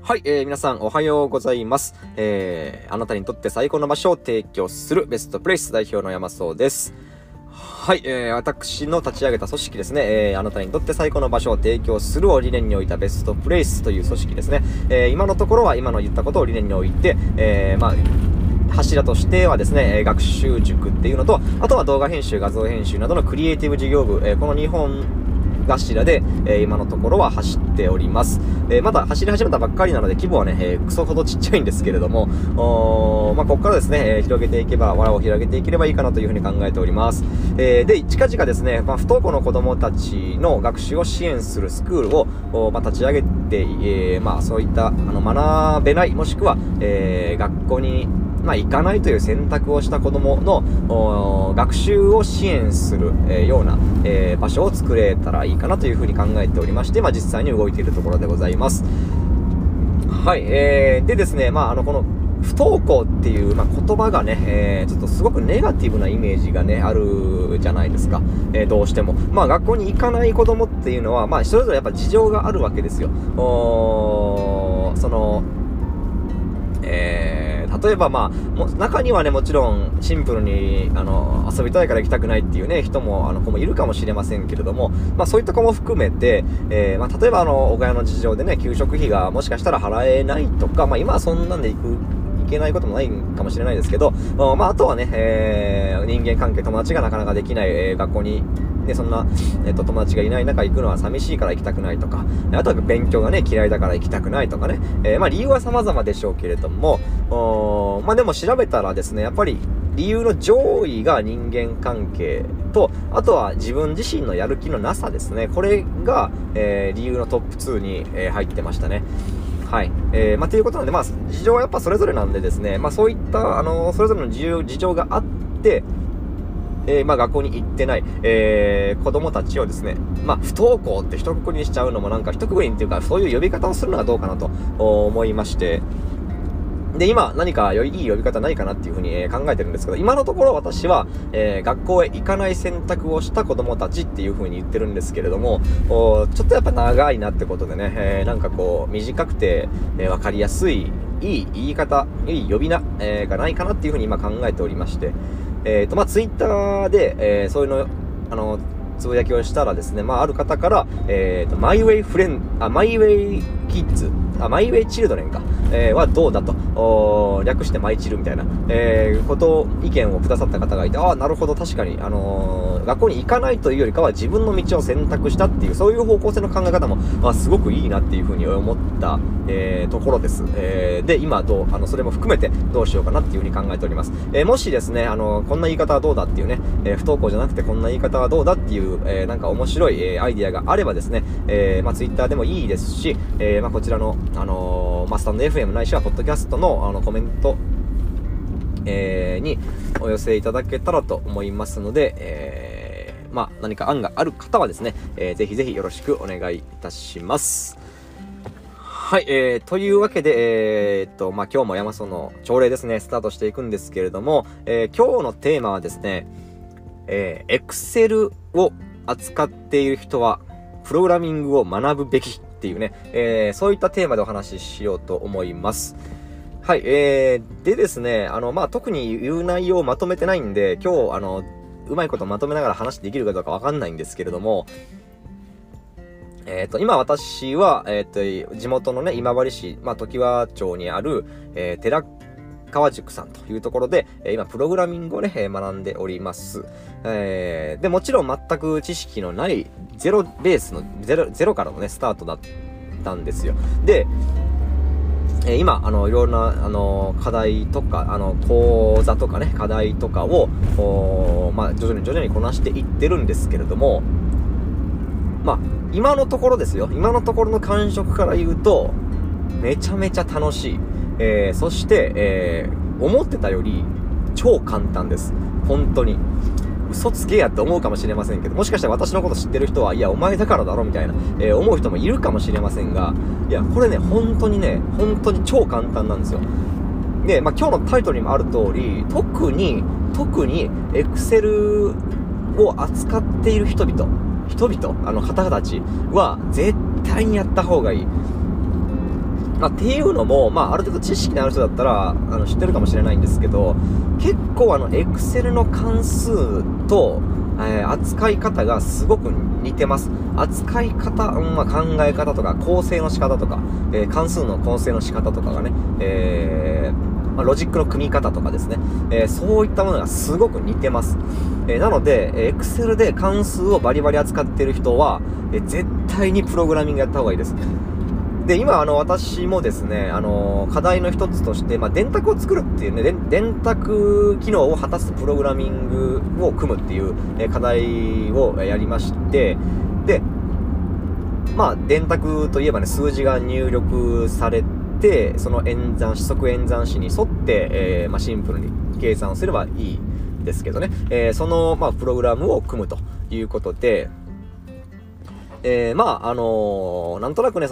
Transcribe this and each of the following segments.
はい、皆さんおはようございます。あなたにとって最高の場所を提供するベストプレイス代表の山荘です。はい、私の立ち上げた組織ですね、あなたにとって最高の場所を提供するを理念においたベストプレイスという組織ですね。今のところは今の言ったことを理念において、柱としてはですね、学習塾っていうのと、あとは動画編集、画像編集などのクリエイティブ事業部、この2本柱で、今のところは走っております。まだ走り始めたばっかりなので規模はね、クソほどちっちゃいんですけれども、ここからですね、藁を広げていければいいかなというふうに考えております。で、近々ですね、不登校の子供たちの学習を支援するスクールを、立ち上げて、そういった学べない、もしくは、学校に行かないという選択をした子供の学習を支援する、ような、場所を作れたらいいかなというふうに考えておりまして、実際に動いているところでございます。はい、でですね、この不登校っていう、言葉がね、ちょっとすごくネガティブなイメージがね、あるじゃないですか。どうしても。学校に行かない子供っていうのは、それぞれやっぱ事情があるわけですよ。例えば中にはね、もちろんシンプルに遊びたいから行きたくないっていうね人も子もいるかもしれませんけれども、そういった子も含めて、例えば親の事情でね、給食費がもしかしたら払えないとか、今はそんなんでいけないこともないかもしれないですけど、あとはね、人間関係、友達がなかなかできない、学校にでそんな、友達がいない中行くのは寂しいから行きたくないとか、あとは勉強がね嫌いだから行きたくないとかね、理由は様々でしょうけれども、でも調べたらですね、やっぱり理由の上位が人間関係と、あとは自分自身のやる気のなさですね。これが、理由のトップ2に、入ってましたね。はい。ということなんで、事情はやっぱそれぞれなんでですね、そういった、それぞれの事情があって、学校に行ってない、子供たちをですね、不登校って一括りにしちゃうのも一括りにっていうか、そういう呼び方をするのはどうかなと思いまして、で、今何かいい呼び方ないかなっていうふうに、考えてるんですけど、今のところ私は、学校へ行かない選択をした子供たちっていうふうに言ってるんですけれども、ちょっとやっぱ長いなってことでね、短くて、わかりやすい、いい言い方、いい呼び名、がないかなっていうふうに今考えておりまして、ツイッターで、そういうの、つぶやきをしたらですね、ある方から、マイウェイキッズ、マイウェイチルドレンか、はどうだと、略してマイチルみたいな、意見をくださった方がいて、なるほど、確かに、学校に行かないというよりかは自分の道を選択したっていう、そういう方向性の考え方も、すごくいいなっていうふうに思った、ところです。で、今それも含めてどうしようかなっていうふうに考えております。もしですね、こんな言い方はどうだっていうね、不登校じゃなくてこんな言い方はどうだっていう、面白い、アイディアがあればですね、ツイッターでもいいですし、こちらのスタンド FM ないしはポッドキャストのコメント、にお寄せいただけたらと思いますので、何か案がある方はですね、ぜひぜひよろしくお願いいたします。はい、というわけで、今日も山荘の朝礼ですね、スタートしていくんですけれども、今日のテーマはですね、Excel を扱っている人はプログラミングを学ぶべきっていうね、そういったテーマでお話ししようと思います。はい、でですね、特に言う内容をまとめてないんで、今日、うまいことまとめながら話できるかどうかわかんないんですけれども、今私は、地元のね、今治市、常盤町にある、寺川塾さんというところで、今プログラミングをね、学んでおります。で、もちろん全く知識のないゼロベースのゼロからのね、スタートだったんですよ。で、今いろいろな課題とか講座とかね、課題とかを徐々にこなしていってるんですけれども、今のところですよ、今のところの感触から言うとめちゃめちゃ楽しい、そして、思ってたより超簡単です。本当に嘘つけやって思うかもしれませんけど、もしかしたら私のこと知ってる人は、いやお前だからだろみたいな、思う人もいるかもしれませんが、いやこれね、本当に超簡単なんですよ。で、今日のタイトルにもある通り、特にExcel を扱っている人々、方たちは絶対にやった方がいい。 っていうのも、ある程度知識のある人だったら、知ってるかもしれないんですけど、結構Excel の関数と、扱い方がすごく似てます。扱い方、考え方とか、構成の仕方とか、関数の構成の仕方とかがね、ロジックの組み方とかですね、そういったものがすごく似てます。なので、Excel で関数をバリバリ扱っている人は、絶対にプログラミングやった方がいいです。で、今、私もですね、課題の一つとして、電卓を作るっていうね、電卓機能を果たすプログラミングを組むっていう、課題をやりまして、で、電卓といえばね、数字が入力されて、その指則演算子に沿って、シンプルに計算をすればいいですけどね、その、プログラムを組むということで、なんとなくね、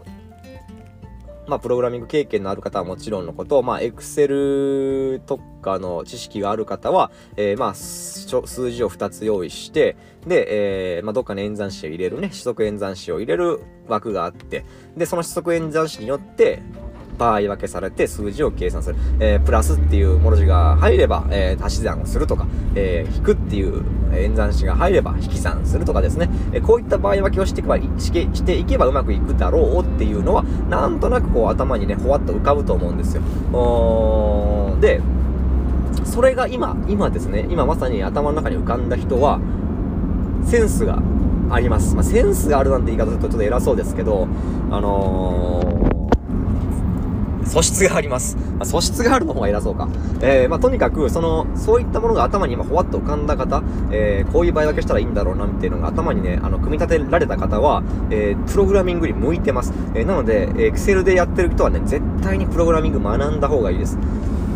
プログラミング経験のある方はもちろんのこと、Excel とかの知識がある方は、数字を2つ用意して、で、どっかに演算子を入れるね、指則演算子を入れる枠があって、で、その指則演算子によって、場合分けされて数字を計算する。プラスっていう文字が入れば、足し算をするとか、引くっていう演算子が入れば引き算するとかですね。こういった場合分けをしていけばうまくいくだろうっていうのは、なんとなくこう頭にね、ほわっと浮かぶと思うんですよ。で、それが今ですね、今まさに頭の中に浮かんだ人は、センスがあります。センスがあるなんて言い方するとちょっと偉そうですけど、素質があります。素質があるの方が偉そうか。とにかく、そういったものが頭に今ほわっと浮かんだ方、こういう場合分けしたらいいんだろうなっていうのが頭にね、組み立てられた方は、プログラミングに向いてます。なので、Excel でやってる人はね、絶対にプログラミング学んだ方がいいです。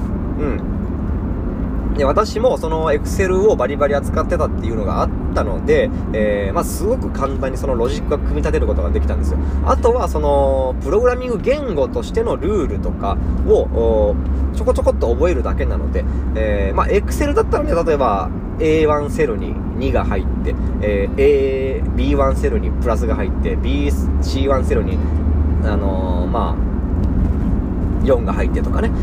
で、私もその Excel をバリバリ扱ってたっていうのがあったので、すごく簡単にそのロジックが組み立てることができたんですよ。あとはプログラミング言語としてのルールとかをちょこちょこっと覚えるだけなので、Excel だったらね、例えば A1 セルに2が入って、B1 セルにプラスが入って、C1 セルに4が入ってとかね、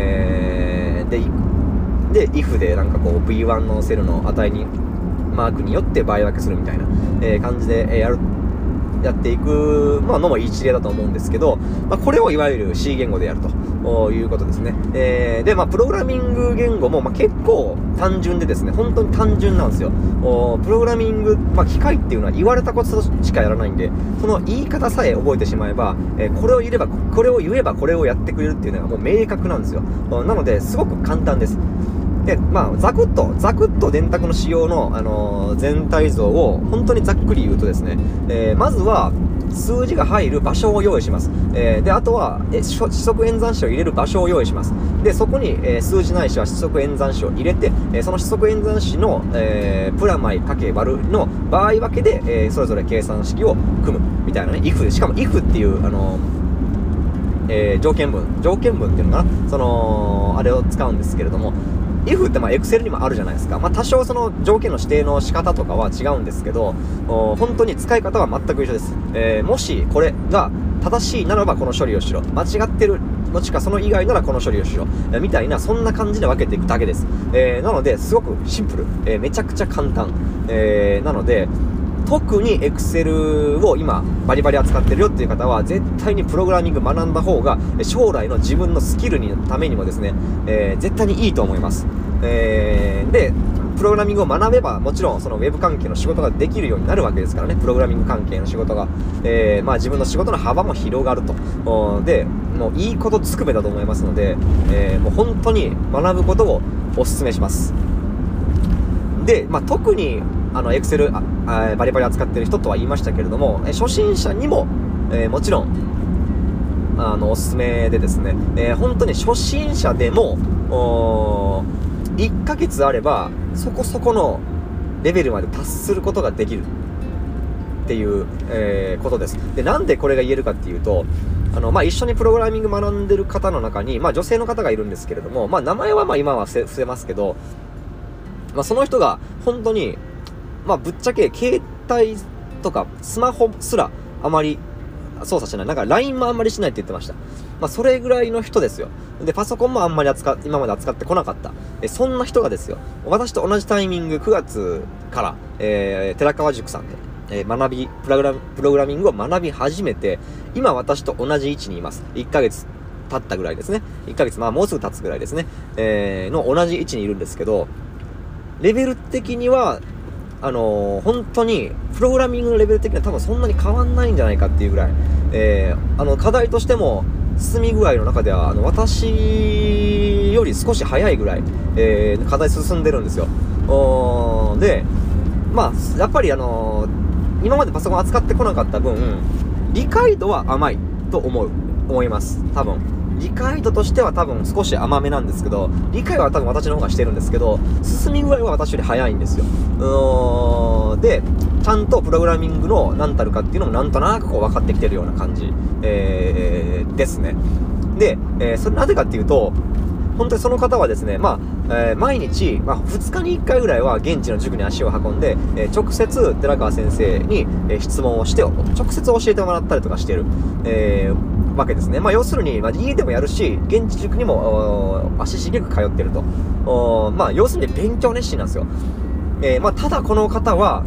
で、if でなんかこう V1 のセルの値に、マークによって倍分けするみたいな、感じで、やっていく、のも一例だと思うんですけど、これをいわゆる C 言語でやるということですね。で、プログラミング言語も、結構単純でですね、本当に単純なんですよ。プログラミング、機械っていうのは言われたことしかやらないんで、その言い方さえ覚えてしまえば、これを言えばこれをやってくれるっていうのがもう明確なんですよ。なので、すごく簡単です。で、ざくっと電卓の仕様の、全体像を本当にざっくり言うとですね、まずは数字が入る場所を用意します。で、あとは指則演算子を入れる場所を用意します。で、そこに、数字ないしは指則演算子を入れて、その指則演算子の、プラマイかけ割るの場合分けで、それぞれ計算式を組むみたいなね、if で、しかも if っていう条件文っていうのかな、あれを使うんですけれども、if ってExcel にもあるじゃないですか。多少その条件の指定の仕方とかは違うんですけど、本当に使い方は全く一緒です。もしこれが正しいならばこの処理をしろ。間違ってるのちかその以外ならこの処理をしろ。みたいな、そんな感じで分けていくだけです。なので、すごくシンプル。めちゃくちゃ簡単。なので、特に Excel を今バリバリ扱ってるよっていう方は絶対にプログラミング学んだ方が将来の自分のスキルのためにもですね、絶対にいいと思います。で、プログラミングを学べばもちろんそのウェブ関係の仕事ができるようになるわけですからね。プログラミング関係の仕事が、自分の仕事の幅も広がると。で、もういいことずくめだと思いますので、もう本当に学ぶことをお勧めします。で、特にExcel バリバリ扱ってる人とは言いましたけれども、初心者にも、もちろんおすすめでですね、本当に初心者でも1ヶ月あればそこそこのレベルまで達することができるっていう、ことです。で、なんでこれが言えるかっていうと、一緒にプログラミング学んでる方の中に、女性の方がいるんですけれども、名前は今は伏せますけど、その人が本当にぶっちゃけ携帯とかスマホすらあまり操作してない。なんか LINE もあんまりしないって言ってました。まあそれぐらいの人ですよ。で、パソコンもあんまり今まで扱ってこなかった。そんな人がですよ、私と同じタイミング9月から、寺川塾さんで、プログラミングを学び始めて、今私と同じ位置にいます。1ヶ月経ったぐらいですね。1ヶ月、まあもうすぐ経つぐらいですね。の同じ位置にいるんですけど、レベル的には、本当に、プログラミングのレベル的には多分そんなに変わんないんじゃないかっていうぐらい、課題としても、進み具合の中では、私より少し早いぐらい、課題進んでるんですよ。で、まあ、やっぱり今までパソコン扱ってこなかった分、理解度は甘いと思います。多分。理解度としては多分少し甘めなんですけど、理解は多分私の方がしてるんですけど、進み具合は私より早いんですよ。で、ちゃんとプログラミングの何たるかっていうのもなんとなくこう分かってきてるような感じ、ですね。で、それなぜかっていうと、本当にその方はですね、毎日、2日に1回ぐらいは現地の塾に足を運んで、直接寺川先生に、質問をして、直接教えてもらったりとかしてる、わけですね。要するに、家でもやるし、現地塾にも足しげく通ってると。要するに勉強熱心なんですよ。ただこの方は、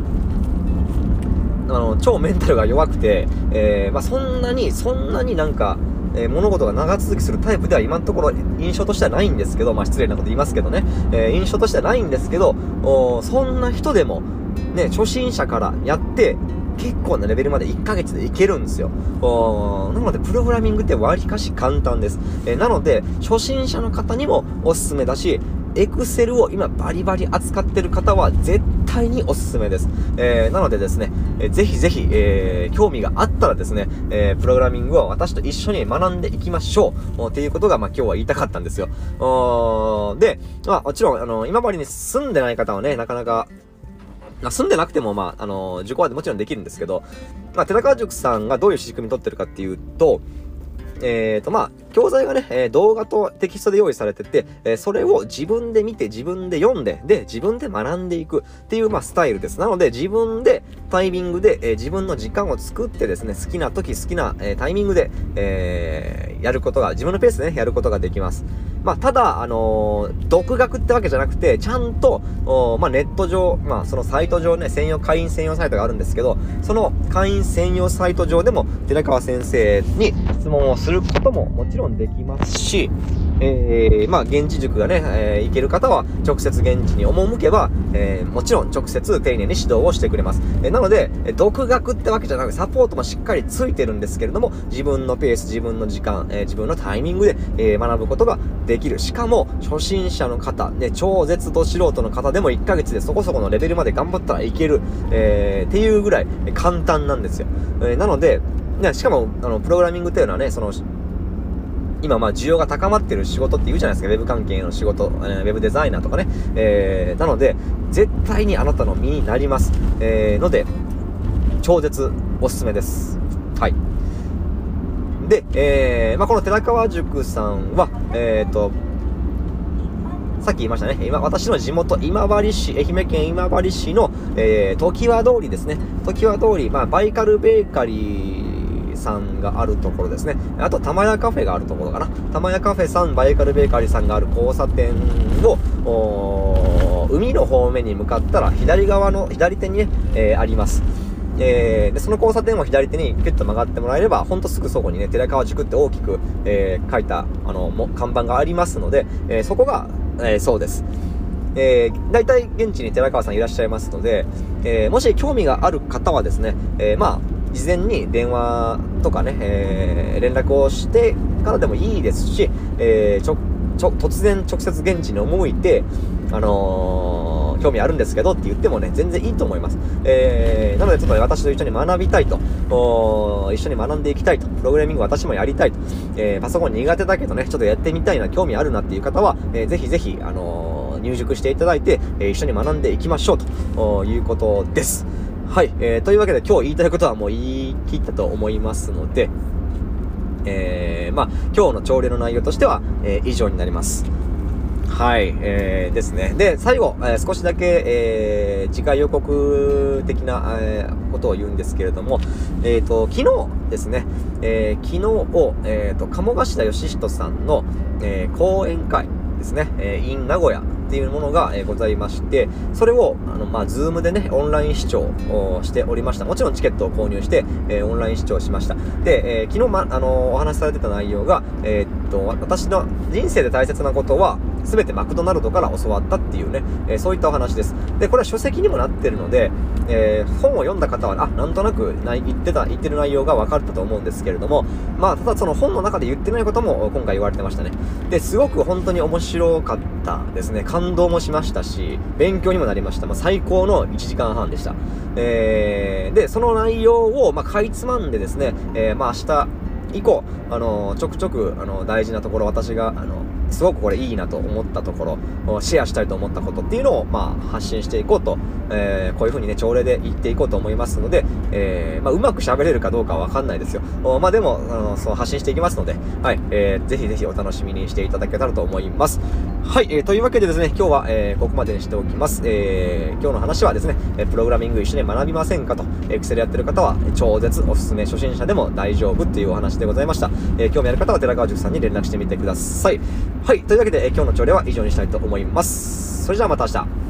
超メンタルが弱くて、そんなになんか、物事が長続きするタイプでは今のところ印象としてはないんですけど、失礼なこと言いますけどね、印象としてはないんですけど、そんな人でも、ね、初心者からやって、結構なレベルまで1ヶ月でいけるんですよ。なので、プログラミングって割かし簡単です。なので、初心者の方にもおすすめだし、エクセルを今バリバリ扱ってる方は絶対におすすめです。なのでですね、ぜひぜひ、興味があったらですね、プログラミングを私と一緒に学んでいきましょうっていうことが、今日は言いたかったんですよ。で、もちろん、今治に住んでない方はね、なかなか、住んでなくても、受講はもちろんできるんですけど、寺川塾さんがどういう仕組みに取ってるかっていうと、教材がね、動画とテキストで用意されてて、それを自分で見て、自分で読んで、で、自分で学んでいくっていう、スタイルです。なので、自分でタイミングで、自分の時間を作ってですね、好きな時、好きな、タイミングで、やることが、自分のペースでね、やることができます。ただ、独学ってわけじゃなくて、ちゃんと、ネット上、そのサイト上ね、会員専用サイトがあるんですけど、その会員専用サイト上でも、寺川先生に質問をすることももちろんできますし、現地塾がね、行ける方は直接現地に赴けば、もちろん直接丁寧に指導をしてくれます。なので、独学ってわけじゃなく、サポートもしっかりついてるんですけれども、自分のペース、自分の時間、自分のタイミングで、学ぶことができる。しかも、初心者の方、ね、超絶ど素人の方でも1ヶ月でそこそこのレベルまで頑張ったらいける、っていうぐらい簡単なんですよ。なので、しかも、プログラミングっていうのはね、今需要が高まってる仕事って言うじゃないですか。ウェブ関係の仕事、ウェブデザイナーとかね。なので、絶対にあなたの身になります。ので、超絶おすすめです。はい。で、この寺川塾さんは、さっき言いましたね。私の地元、今治市、愛媛県今治市の、常盤通りですね。常盤通り、バイカルベーカリーさんがあるところですね。あと、玉屋カフェがあるところかな。玉屋カフェさん、バイカルベーカリーさんがある交差点を、海の方面に向かったら、左手にね、あります。で、その交差点を左手にピュッと曲がってもらえれば、ほんとすぐそこにね、寺川塾って大きく、書いた、看板がありますので、そこが、そうです。大体現地に寺川さんいらっしゃいますので、もし興味がある方はですね、事前に電話とかね、連絡をしてからでもいいですし、突然直接現地に赴いて、興味あるんですけどって言ってもね、全然いいと思います。なのでちょっと、私と一緒に学びたいと、一緒に学んでいきたいと、プログラミング私もやりたいと、パソコン苦手だけどね、ちょっとやってみたいな、興味あるなっていう方は、ぜひぜひ、入塾していただいて、一緒に学んでいきましょうということです。はい、というわけで今日言いたいことはもう言い切ったと思いますので、今日の朝礼の内容としては、以上になります。 はい、ですね。で、最後、少しだけ、次回予告的な、ことを言うんですけれども、昨日ですね、昨日、鴨頭義人さんの、講演会ですね、in 名古屋っていうものが、ございまして、それを、ズームでね、オンライン視聴をしておりました。もちろんチケットを購入して、オンライン視聴しました。で、昨日、お話しされてた内容が、私の人生で大切なことは、すべてマクドナルドから教わったっていうね、そういったお話です。で、これは書籍にもなってるので、本を読んだ方は、なんとなく言ってる内容が分かったと思うんですけれども、ただその本の中で言ってないことも今回言われてましたね。で、すごく本当に面白かったですね。感動もしましたし、勉強にもなりました。最高の1時間半でした。で、その内容を、かいつまんでですね、明日以降、ちょくちょく、大事なところ、私が、すごくこれいいなと思ったところ、シェアしたいと思ったことっていうのを、発信していこうと、こういう風にね、朝礼で言っていこうと思いますので、うまく喋れるかどうかはわかんないですよ。でも、そう発信していきますので、はい、ぜひぜひお楽しみにしていただけたらと思います。はい、というわけでですね、今日は、ここまでにしておきます。今日の話はですね、プログラミング一緒に学びませんかと、Excel やってる方は超絶おすすめ、初心者でも大丈夫っていうお話でございました。興味ある方は寺川塾さんに連絡してみてください。はい、というわけで、今日の朝礼は以上にしたいと思います。それじゃあまた明日。